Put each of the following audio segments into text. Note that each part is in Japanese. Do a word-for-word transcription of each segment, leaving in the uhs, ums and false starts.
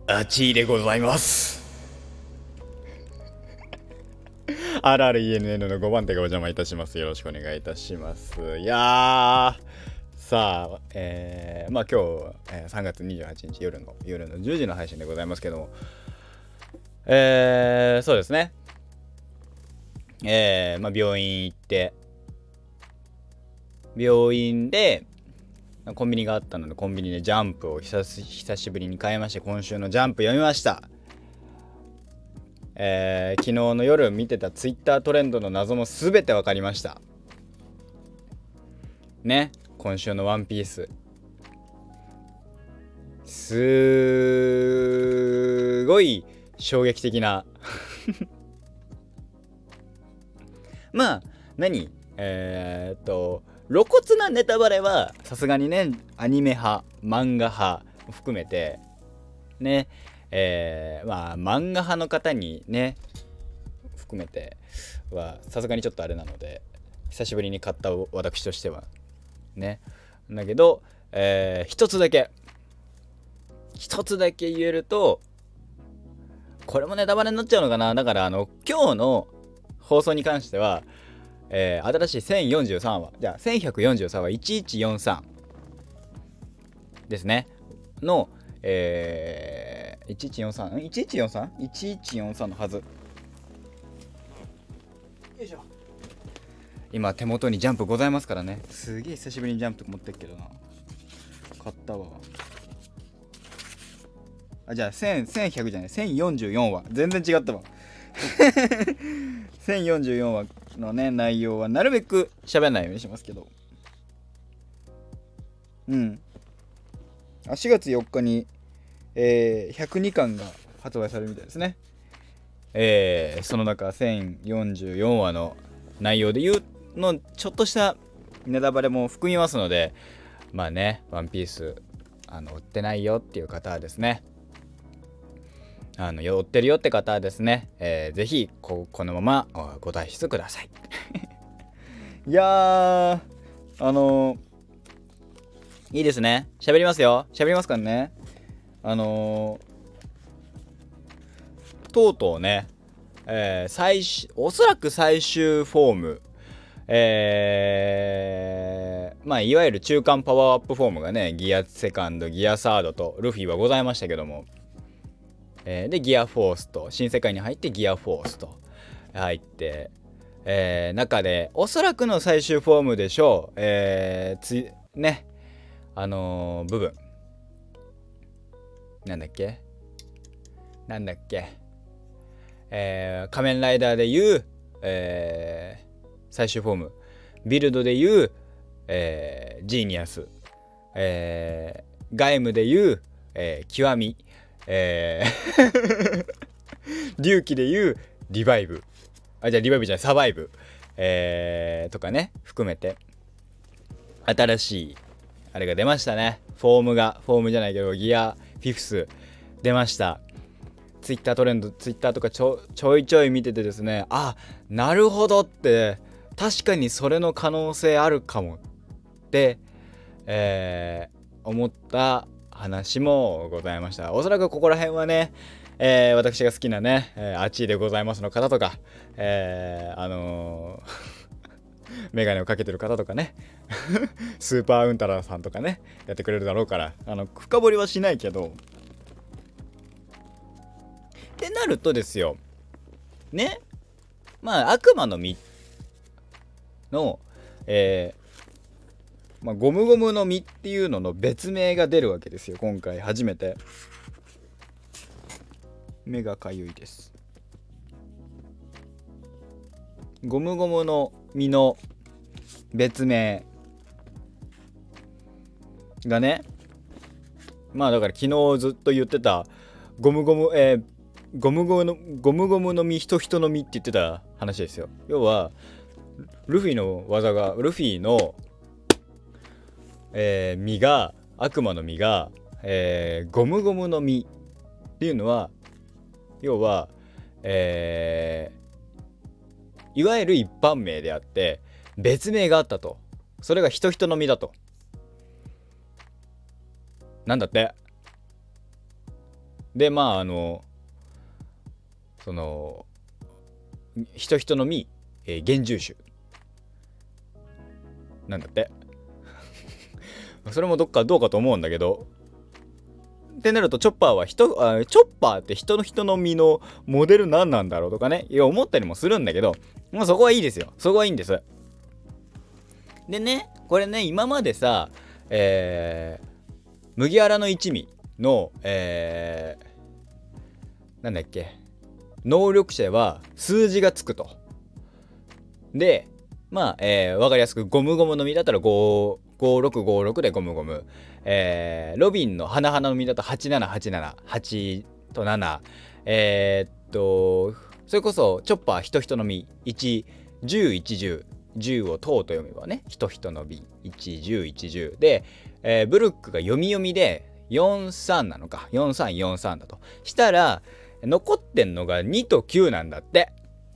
あちいでございます。アールアールイーエヌエヌ のごばん手がお邪魔いたします。よろしくお願いいたします。いやー、さあ、えー、まあ今日、えー、さんがつにじゅうはちにち夜の夜のじゅうじの配信でございますけども、えー、そうですね。えー、まあ病院行って、病院でコンビニがあったので、コンビニでジャンプを久し久しぶりに買いまして、今週のジャンプ読みました。えー、昨日の夜見てたツイッタートレンドの謎も全て分かりましたね。今週のワンピース、すごい衝撃的なまあ何えー、っと露骨なネタバレはさすがにね、アニメ派漫画派含めてね、えー、まあ漫画派の方にね含めてはさすがにちょっとあれなので、久しぶりに買った私としてはね。だけど、えー、一つだけ一つだけ言えると、これもネタバレになっちゃうのかな。だからあの今日の放送に関しては、えー、新しいせんよんじゅうさんわ、じゃあせんひゃくよんじゅうさんわいちいちよんさんですねの、えー、いちいちよんさん いちいちよんさん いちいちよんさんのはず。よいしょ。今手元にジャンプございますからね。すげえ久しぶりにジャンプ持ってっけどな。買ったわ。あ、じゃあせん、せんひゃくじゃない、せんよんじゅうよんわ。全然違ったわ。せんよんじゅうよんわのね、内容はなるべく喋らないようにしますけど。うん。あ、しがつよっかに、えー、ひゃくにかんが発売されるみたいですね。えー、その中せんよんじゅうよんわの内容で言うのちょっとしたネタバレも含みますので、まあね、ワンピースあの追ってないよっていう方はですね、あの追ってるよって方はですね、えー、ぜひ こ, このままご退出ください。いやー、あのー、いいですね。喋りますよ。喋りますからね。あのー、とうとうね、えー、最終おそらく最終フォーム、えー、まあいわゆる中間パワーアップフォームがね、ギアセカンド、ギアサードとルフィはございましたけども、えー、でギアフォースと新世界に入ってギアフォースと入って、えー、中でおそらくの最終フォームでしょう、えー、つねあのー、部分なんだっけなんだっけえー、仮面ライダーでいう、えー、最終フォーム、ビルドでいう、えー、ジーニアス、えー、ガイムでいう、えー、極み、えー、龍騎でいうリバイブ、あ、じゃあリバイブじゃないサバイブ、えー、とかね含めて新しいあれが出ましたね。フォームがフォームじゃないけどギアフィフス出ました。ツイッタートレンド、ツイッターとかちょちょいちょい見ててですね、あ、なるほどって、確かにそれの可能性あるかもって、えー、思った話もございました。おそらくここら辺はね、えー、私が好きなね、えー、あちいでございますの方とか、えー、あのー、メガネをかけてる方とかねスーパーウンタラさんとかねやってくれるだろうから、あの深掘りはしないけどってなるとですよね、まあ悪魔の実の、えーまあ、ゴムゴムの実っていうのの別名が出るわけですよ。今回初めて。目がかゆいです。ゴムゴムの実の別名がね、まあだから昨日ずっと言ってたゴムゴム、えー、ゴムゴムのゴムゴムの実人人の実って言ってた話ですよ。要はルフィの技がルフィの、えー、実が悪魔の実が、えー、ゴムゴムの実っていうのは要は、えー、いわゆる一般名であって別名があったと。それが人人の実だと。なんだって。 でまああのその人人の実、えー、原住種なんだってそれもどっかどうかと思うんだけど、ってなるとチョッパーは人あチョッパーって人の人の実のモデル何なんだろうとかね、いや思ったりもするんだけど、もうそこはいいですよ。そこはいいんです。でね、これね今までさ、えー、麦わらの一味の、えー、なんだっけ能力者は数字がつくと。でまあ、えー、分かりやすくゴムゴムの実だったらごごろくごろくでゴムゴム、えー、ロビンの花々の実だとはちななはちななはちとなな、えー、っとそれこそチョッパー人人の実いち、じゅう、いち、じゅう、じゅうをとうと読めばね人人の実いち、じゅう、いち、じゅうで、えー、ブルックが読み読みでよんさんなのかよんさんよんさんだとしたら残ってんのがにときゅうなんだって。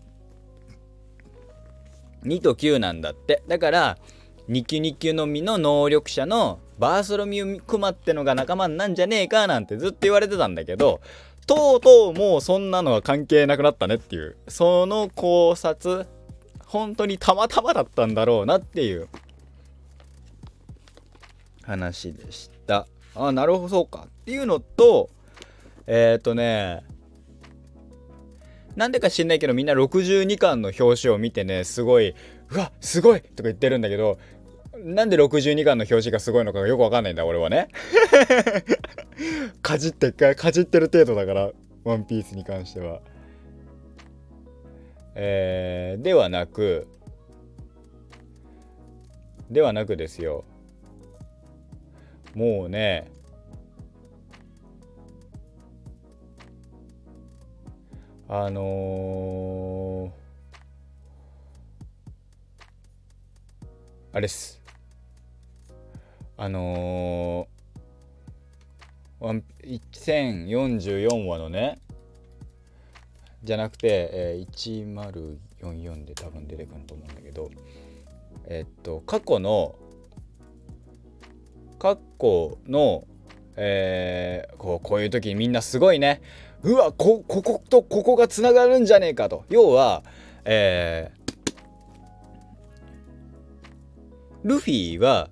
にときゅうなんだって。だからに級に級の実の能力者のバーソロミュクマってのが仲間なんじゃねえかなんてずっと言われてたんだけど、とうとうもうそんなのは関係なくなったねっていう、その考察本当にたまたまだったんだろうなっていう話でした。あ、なるほどそうかっていうのと、えっとねなんでか知んないけどみんなろくじゅうにかんの表紙を見てねすごいうわすごいとか言ってるんだけど、なんでろくじゅうにかんの表紙がすごいのかがよくわかんないんだ俺はねかじってかじってる程度だからワンピースに関しては、えー、ではなくではなくですよ、もうねあのー、あれっすあのー、せんよんじゅうよんわのねじゃなくて、えー、せんよんじゅうよんで多分出てくると思うんだけど、えっと過去の過去の、えー、こうこういう時にみんなすごいね、うわ こ, こことここがつながるんじゃねえかと。要は、えー、ルフィは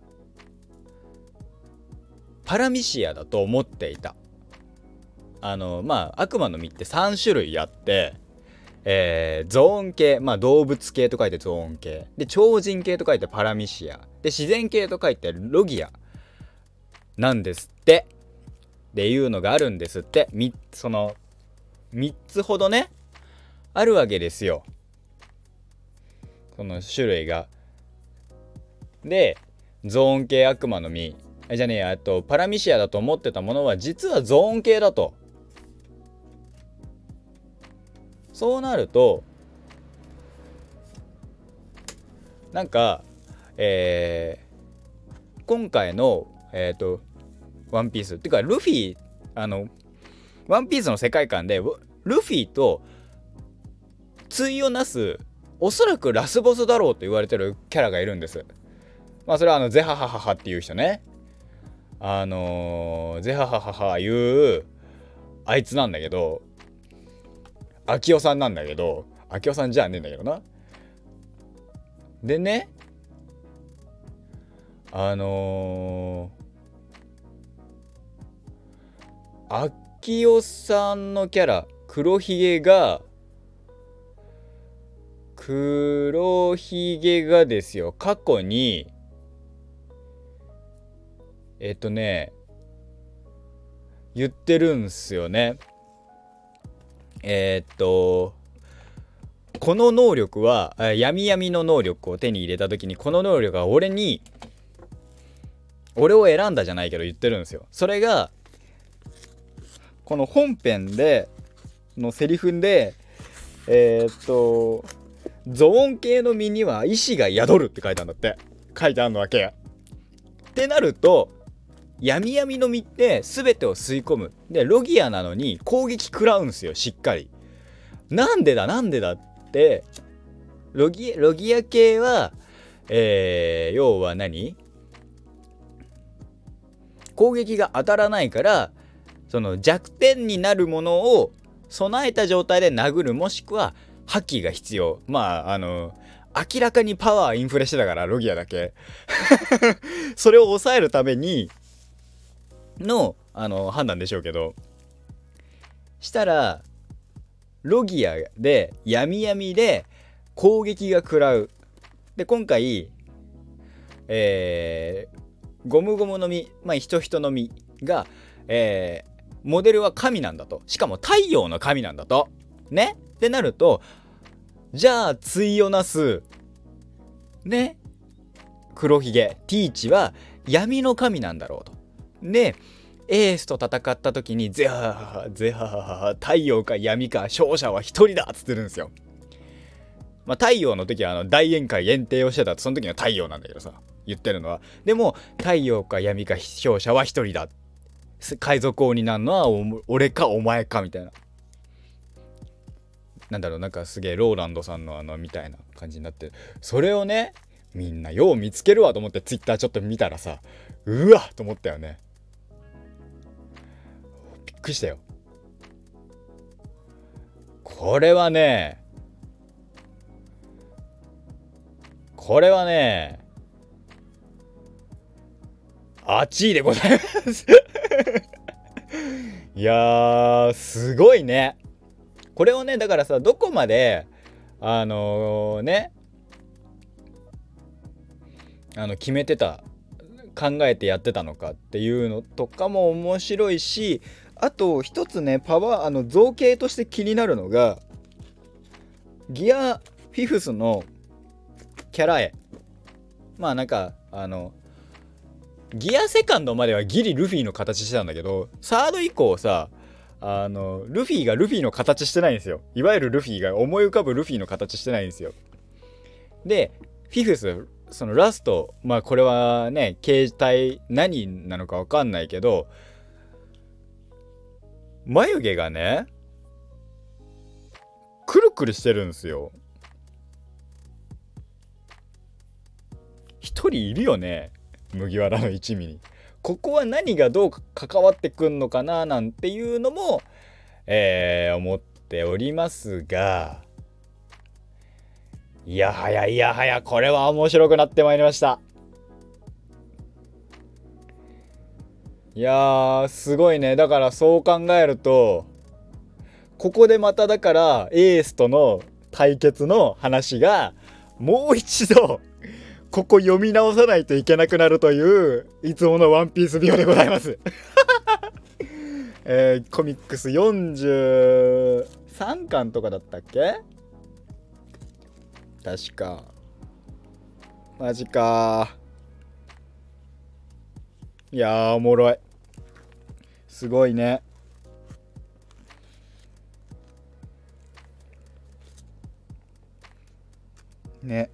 パラミシアだと思っていた。あのまあ悪魔の実ってさん種類あって、えー、ゾーン系、まあ動物系と書いてゾーン系で、超人系と書いてパラミシアで、自然系と書いてロギアなんですってっていうのがあるんですって。みそのみっつほどねあるわけですよ、その種類が。でゾーン系悪魔の実じゃねえや、あとパラミシアだと思ってたものは実はゾーン系だと。そうなるとなんか、えー、今回のえっとワンピースっていうかルフィ、あのワンピースの世界観でルフィと対をなすおそらくラスボスだろうと言われてるキャラがいるんです。まあそれはあのゼハハハハっていう人ね、あのー、ゼハハハハ言うあいつなんだけど、アキオさんなんだけど、アキオさんじゃねえんだけどな。でね、あのー、アキオさんのキャラ黒ひげが黒ひげがですよ、過去にえっとね言ってるんすよね。えー、っとこの能力は闇闇の能力を手に入れた時にこの能力は俺に俺を選んだじゃないけど言ってるんですよ。それがこの本編でのセリフでえー、っとゾーン系の身には意志が宿るって書いてあるんだって。書いてあるのわけってなると、闇闇の実って全てを吸い込む。でロギアなのに攻撃食らうんすよ、しっかり。なんでだなんでだってロギロギア系は、えー、要は何攻撃が当たらないからその弱点になるものを備えた状態で殴る、もしくは覇気が必要。まああの明らかにパワーインフレしてたからロギアだけそれを抑えるためにのあの判断でしょうけど、したらロギアで闇闇で攻撃が食らう。で今回えー、ゴムゴムの実、まあ人人の実が、えー、モデルは神なんだと。しかも太陽の神なんだとね。ってなると、じゃあ対をなすね、黒ひげティーチは闇の神なんだろうと。でエースと戦った時にゼハーゼハー太陽か闇か勝者は一人だっつってるんですよ。まあ太陽の時はあの大宴会限定をしてたって、その時の太陽なんだけどさ、言ってるのは。でも太陽か闇か勝者は一人だ、海賊王になるのは俺かお前かみたいな、なんだろう、なんかすげえローランドさんのあのみたいな感じになって、それをねみんなよう見つけるわと思ってツイッターちょっと見たらさ、うわっと思ったよね。びっくりしたよ。これはねこれはね熱いでございますいやーすごいね。これをねだからさ、どこまであのー、ねあの決めてた、考えてやってたのかっていうのとかも面白いし、あと一つねパワーあの造形として気になるのがギアフィフスのキャラ絵。まあなんかあのギアセカンドまではギリルフィの形してたんだけど、サード以降さ、あのルフィがルフィの形してないんですよ。いわゆるルフィが思い浮かぶルフィの形してないんですよ。でフィフスそのラスト、まあこれはね形態何なのか分かんないけど、眉毛がねくるくるしてるんですよ。一人いるよね、麦わらの一味に。ここは何がどう関わってくんのかななんていうのも、えー、思っておりますが、いやはやいやはやこれは面白くなってまいりました。いやーすごいね。だからそう考えるとここでまただからエースとの対決の話がもう一度ここ読み直さないといけなくなるといういつものワンピース病でございますえー、コミックスよんじゅうさんかんとかだったっけ、確か。マジか。いやーおもろい、すごいね。ね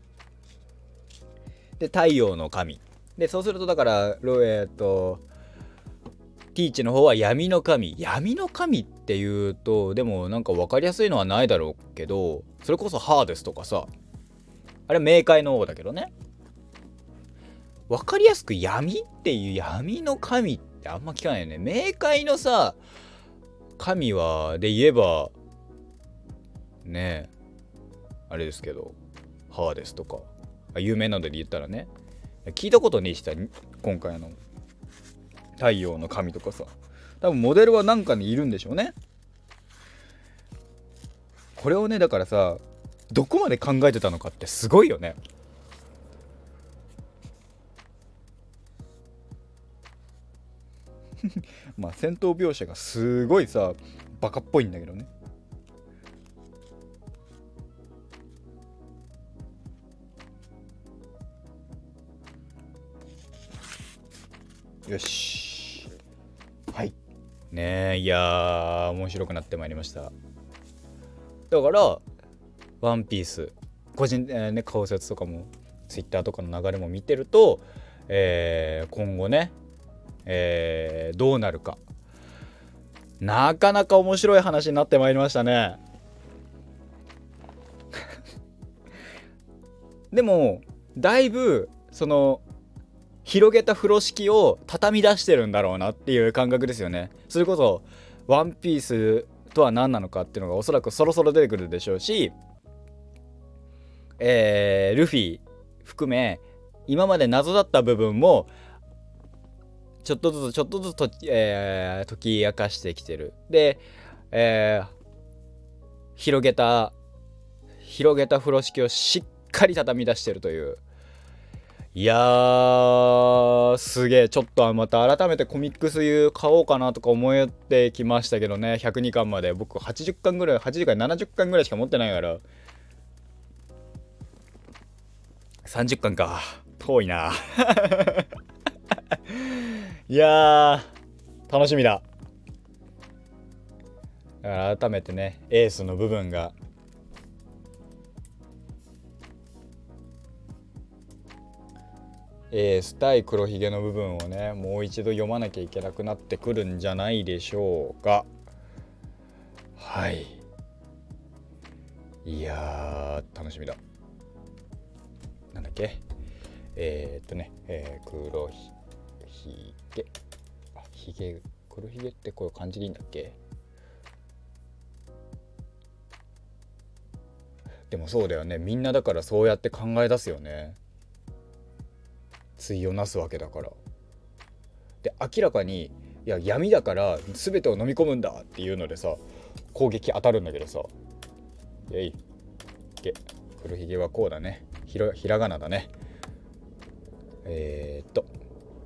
で太陽の神で、そうするとだからロエーとティーチの方は闇の神。闇の神っていうとでもなんか分かりやすいのはないだろうけど、それこそハーデスとかさ、あれ冥界の王だけどね、分かりやすく闇っていう闇の神ってあんま聞かないよね。冥界のさ神はで言えばねえあれですけど、ハーデスとか有名なので言ったらね、聞いたことねえしさ、今回の太陽の神とかさ、多分モデルはなんかにいるんでしょうね。これをねだからさどこまで考えてたのかってすごいよね。まあ戦闘描写がすごいさバカっぽいんだけどね。よし、はいねえ、いやー面白くなってまいりました。だからワンピース個人、えー、ね考察とかもツイッターとかの流れも見てると、えー、今後ね、えー、どうなるか、なかなか面白い話になってまいりましたねでもだいぶその広げた風呂敷を畳み出してるんだろうなっていう感覚ですよね。それこそワンピースとは何なのかっていうのがおそらくそろそろ出てくるでしょうし、えー、ルフィ含め今まで謎だった部分もちょっとずつちょっとずつと、えー、解き明かしてきてる。で、えー、広げた広げた風呂敷をしっかり畳み出してるという。いやーすげえ。ちょっとまた改めてコミックス U 買おうかなとか思ってきましたけどね。ひゃくにかんまで僕はちじゅっかんぐらいはちじゅっかんななじゅっかんぐらいしか持ってないから。さんじゅっかんか、遠いな。いやー楽しみだ。だから改めてね、エースの部分がエース対黒ひげの部分をね、もう一度読まなきゃいけなくなってくるんじゃないでしょうか。はい、いやー楽しみだ。なんだっけ、えー、っとね、えー、黒ひげ、あ、ひげ、黒ひげってこういう感じでいいんだっけ。でもそうだよね、みんなだからそうやって考え出すよね。対をなすわけだから。で明らかに、いや闇だから全てを飲み込むんだっていうのでさ、攻撃当たるんだけどさ、いやいいけ、黒ひげはこうだね、ひら、ひらがなだね。えー、っと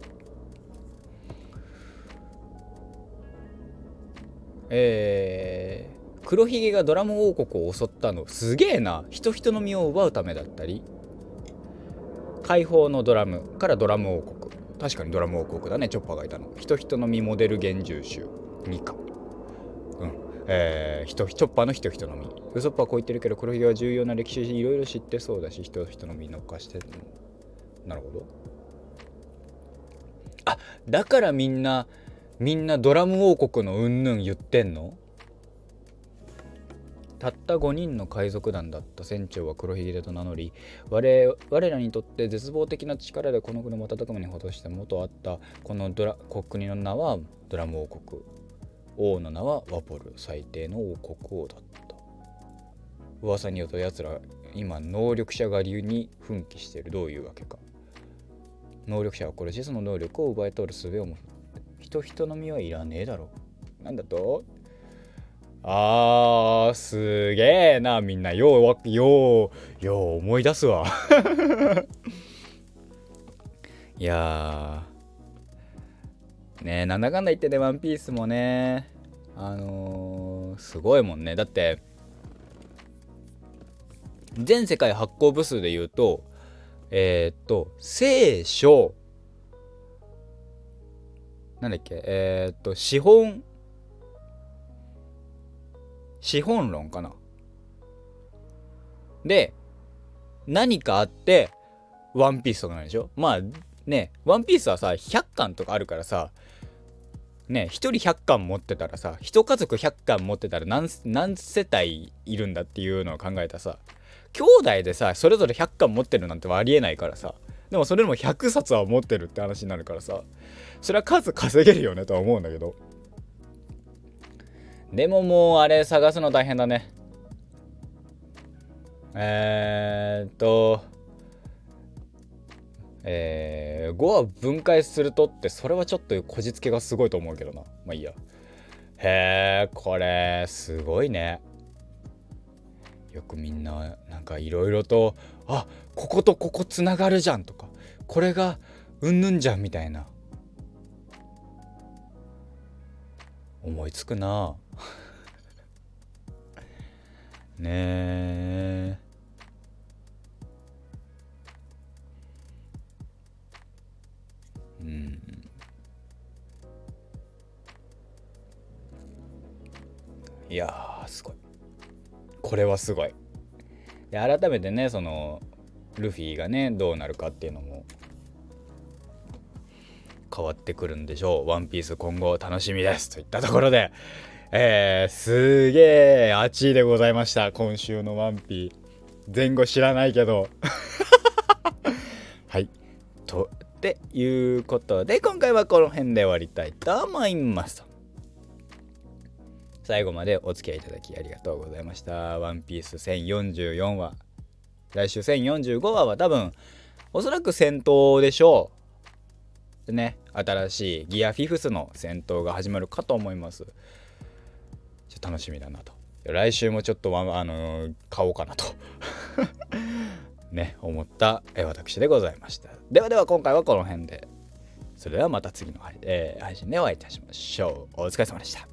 えー、黒ひげがドラム王国を襲ったのすげえな。人人の身を奪うためだったり、解放のドラムからドラム王国、確かにドラム王国だね、チョッパーがいたの。人人の実モデル幻獣集にか、うん、えー、人チョッパーの人人の実。ウソッパーこう言ってるけど黒ひげは重要な歴史いろいろ知ってそうだし、人人の実乗っかしてるの。なるほど。あ、だからみんなみんなドラム王国のうんぬん言ってんの。たったごにんの海賊団だった船長は黒ひげと名乗り、 我, 我らにとって絶望的な力でこの国を瞬く間に落として元あったこのドラ国の名はドラム王国、王の名はワポル、最低の王国王だった。噂によると奴ら今能力者狩りに奮起している。どういうわけか。能力者は殺し、その能力を奪い取る術を持つ。人人の身はいらねえだろ。なんだと。あーすげえな。みんなようようよう思い出すわ。いやーねえ、なんだかんだ言ってね、ワンピースもね、あのー、すごいもんね。だって全世界発行部数で言うと、えー、っと聖書なんだっけ、えー、っと資本資本論かなで何かあってワンピースとかなんでしょ。まあね、ワンピースはさひゃっかんとかあるからさね、ひとりひゃっかん持ってたらさ、一家族ひゃっかん持ってたら 何, 何世帯いるんだっていうのを考えたらさ、兄弟でさそれぞれひゃっかん持ってるなんてありえないからさ、でもそれでもひゃくさつは持ってるって話になるからさ、それは数稼げるよねとは思うんだけど、でももうあれ探すの大変だね。えーっとえー、ごは分解するとって、それはちょっとこじつけがすごいと思うけどな。まあいいや。へえ、これすごいね。よくみんななんかいろいろと、あ、こことここつながるじゃんとか、これがうんぬんじゃんみたいな思いつくな。ねえ。うん。いやーすごい。これはすごい。で改めてね、そのルフィがねどうなるかっていうのも変わってくるんでしょう。ワンピース今後楽しみですといったところで、えー、すげえ熱いでございました、今週のワンピー。前後知らないけどはい、とっていうことで、今回はこの辺で終わりたいと思います。最後までお付き合いいただきありがとうございました。ワンピースせんよんじゅうよんわ、来週せんよんじゅうごわは多分おそらく戦闘でしょう。でね、新しいギアフィフスの戦闘が始まるかと思います。ちょっと楽しみだなと。来週もちょっとあのー、買おうかなとね、思ったえ私でございました。ではでは今回はこの辺で。それではまた次の配、えー、配信でお会いいたしましょう。お疲れ様でした。